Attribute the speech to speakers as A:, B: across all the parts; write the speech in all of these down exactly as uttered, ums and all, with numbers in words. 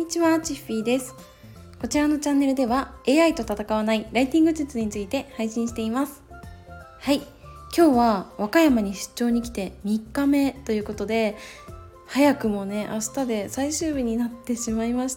A: にちは、チッフィーです。こちらのチャンネルでは エーアイ と戦わないライティング術について配信しています。はい、今日は和歌山に出張に来てみっかめということで、早くもね明日で最終日になってしまいました。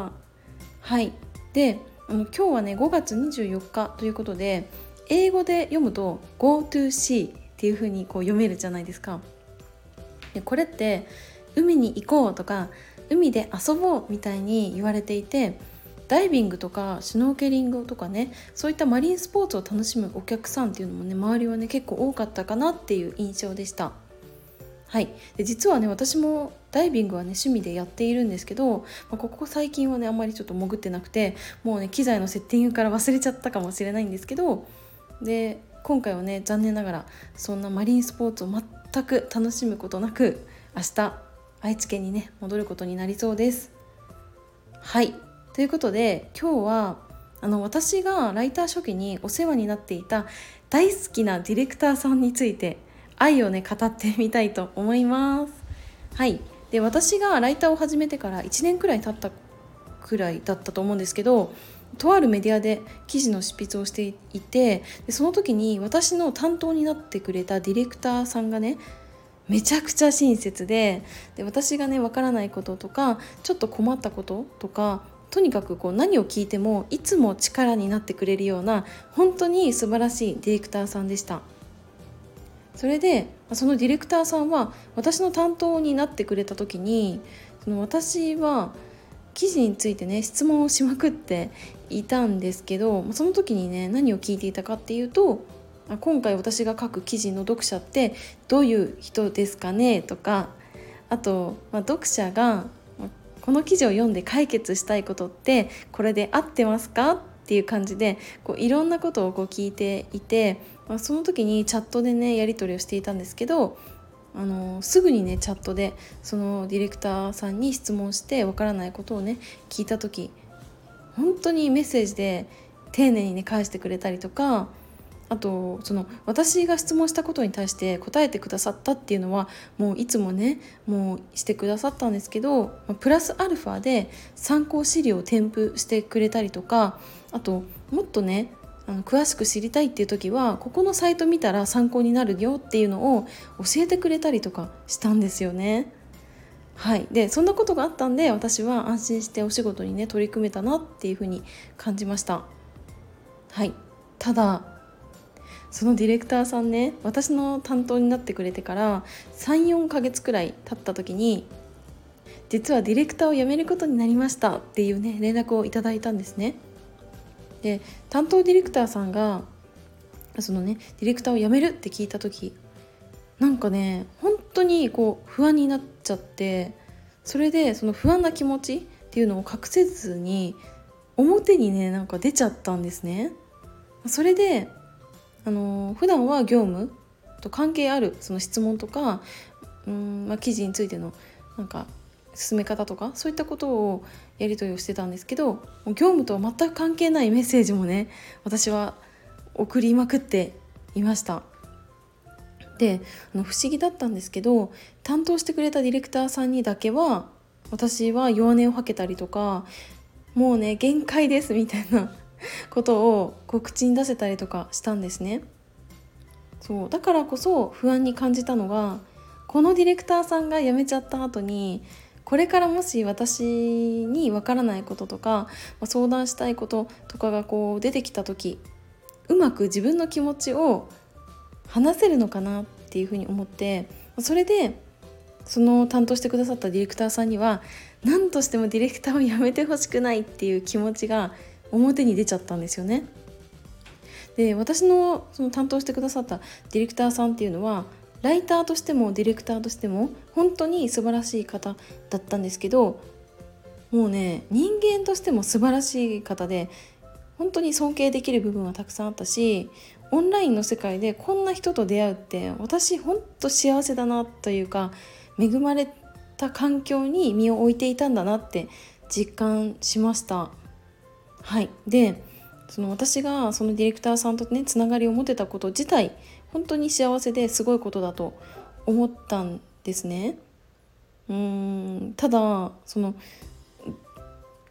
A: はい、であの今日はねごがつにじゅうよっかということで、英語で読むと Go to sea っていう風にこう読めるじゃないですか。でこれって海に行こうとか海で遊ぼうみたいに言われていて、ダイビングとかシュノーケリングとかね、そういったマリンスポーツを楽しむお客さんっていうのもね周りはね結構多かったかなっていう印象でした。はい、で実はね私もダイビングはね趣味でやっているんですけど、まあ、ここ最近はねあんまりちょっと潜ってなくて、もうね機材のセッティングから忘れちゃったかもしれないんですけど、で今回はね残念ながらそんなマリンスポーツを全く楽しむことなく、明日愛知県にね戻ることになりそうです。はい、ということで今日はあの私がライター初期にお世話になっていた大好きなディレクターさんについて愛をね語ってみたいと思います。はい、で私がライターを始めてからいちねんくらい経ったくらいだったと思うんですけど、とあるメディアで記事の執筆をしていて、でその時に私の担当になってくれたディレクターさんがねめちゃくちゃ親切で、で私がねわからないこととかちょっと困ったこととか、とにかくこう何を聞いてもいつも力になってくれるような本当に素晴らしいディレクターさんでした。それでそのディレクターさんは私の担当になってくれた時に、その私は記事についてね質問をしまくっていたんですけど、その時にね何を聞いていたかっていうと、今回私が書く記事の読者ってどういう人ですかねとか、あと、まあ、読者がこの記事を読んで解決したいことってこれで合ってますかっていう感じでこういろんなことをこう聞いていて、まあ、その時にチャットでねやり取りをしていたんですけど、あのすぐにねチャットでそのディレクターさんに質問してわからないことをね聞いた時、本当にメッセージで丁寧にね返してくれたりとか、あとその私が質問したことに対して答えてくださったっていうのはもういつもねもうしてくださったんですけど、プラスアルファで参考資料を添付してくれたりとか、あともっとねあの詳しく知りたいっていう時はここのサイト見たら参考になるよっていうのを教えてくれたりとかしたんですよね。はい、でそんなことがあったんで私は安心してお仕事にね取り組めたなっていうふうに感じました。はい、ただそのディレクターさんね、私の担当になってくれてからさん、よんかげつくらい経った時に、実はディレクターを辞めることになりましたっていうね連絡をいただいたんですね。で担当ディレクターさんがそのねディレクターを辞めるって聞いた時、なんかね本当にこう不安になっちゃって、それでその不安な気持ちっていうのを隠せずに表にねなんか出ちゃったんですね。それであの普段は業務と関係あるその質問とか、うーん、まあ、記事についてのなんか進め方とかそういったことをやり取りをしてたんですけど、業務とは全く関係ないメッセージもね私は送りまくっていました。であの不思議だったんですけど、担当してくれたディレクターさんにだけは私は弱音を吐けたりとか、もうね限界ですみたいなことをこう口に出せたりとかしたんですね。そうだからこそ不安に感じたのが、このディレクターさんが辞めちゃった後にこれからもし私にわからないこととか相談したいこととかがこう出てきた時、うまく自分の気持ちを話せるのかなっていうふうに思って、それでその担当してくださったディレクターさんには何としてもディレクターを辞めてほしくないっていう気持ちが表に出ちゃったんですよね。で私のその担当してくださったディレクターさんっていうのはライターとしてもディレクターとしても本当に素晴らしい方だったんですけど、もうね人間としても素晴らしい方で本当に尊敬できる部分はたくさんあったし、オンラインの世界でこんな人と出会うって私本当幸せだなというか、恵まれた環境に身を置いていたんだなって実感しました。はい、でその私がそのディレクターさんとねつながりを持てたこと自体本当に幸せですごいことだと思ったんですね。うーんただその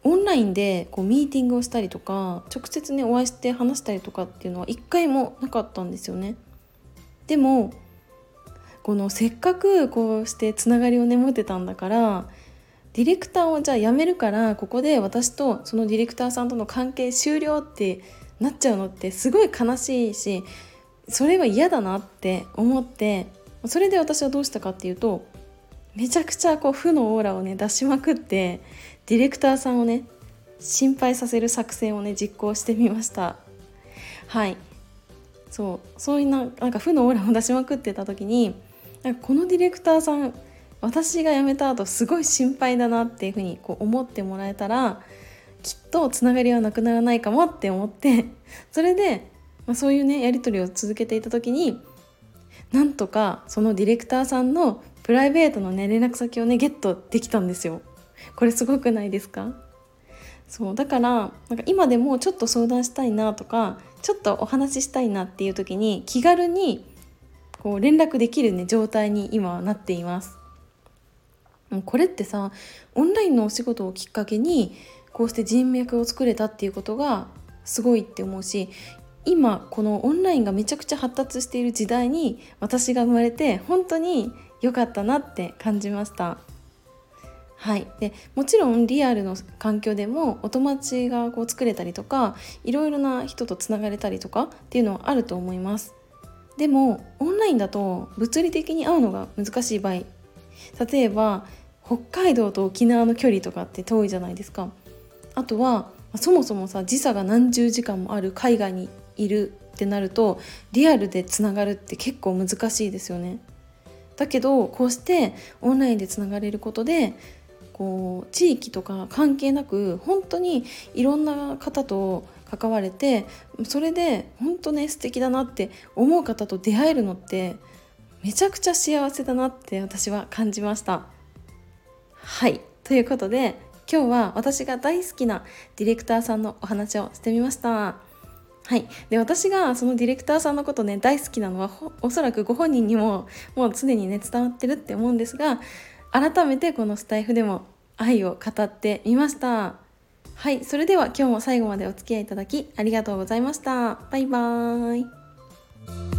A: オンラインでこうミーティングをしたりとか直接ねお会いして話したりとかっていうのは一回もなかったんですよね。でもこのせっかくこうしてつながりをね持ってたんだから、ディレクターをじゃあ辞めるからここで私とそのディレクターさんとの関係終了ってなっちゃうのってすごい悲しいし、それは嫌だなって思って、それで私はどうしたかっていうと、めちゃくちゃこう負のオーラをね出しまくって、ディレクターさんをね心配させる作戦をね実行してみました。はい、そうそういうな、なんか負のオーラを出しまくってた時に、なんかこのディレクターさん私が辞めた後すごい心配だなっていうふうにこう思ってもらえたら、きっとつながりはなくならないかもって思って、それで、まあ、そういうねやり取りを続けていた時に、なんとかそのディレクターさんのプライベートのね連絡先をねゲットできたんですよ。これすごくないですか？そうだから、なんか今でもちょっと相談したいなとか、ちょっとお話ししたいなっていう時に気軽にこう連絡できる、ね、状態に今はなっています。これってさ、オンラインのお仕事をきっかけにこうして人脈を作れたっていうことがすごいって思うし、今このオンラインがめちゃくちゃ発達している時代に私が生まれて本当に良かったなって感じました。はい、でもちろんリアルの環境でもお友達がこう作れたりとか、いろいろな人とつながれたりとかっていうのはあると思います。でもオンラインだと物理的に会うのが難しい場合、例えば北海道と沖縄の距離とかって遠いじゃないですか。あとはそもそもさ、時差が何十時間もある海外にいるってなると、リアルでつながるって結構難しいですよね。だけどこうしてオンラインでつながれることで、こう地域とか関係なく本当にいろんな方と関われて、それで本当ね素敵だなって思う方と出会えるのってめちゃくちゃ幸せだなって私は感じました。はい、ということで今日は私が大好きなディレクターさんのお話をしてみました。はい、で私がそのディレクターさんのことね大好きなのは、おそらくご本人にももう常にね伝わってるって思うんですが、改めてこのスタイフでも愛を語ってみました。はい、それでは今日も最後までお付き合いいただきありがとうございました。バイバーイ。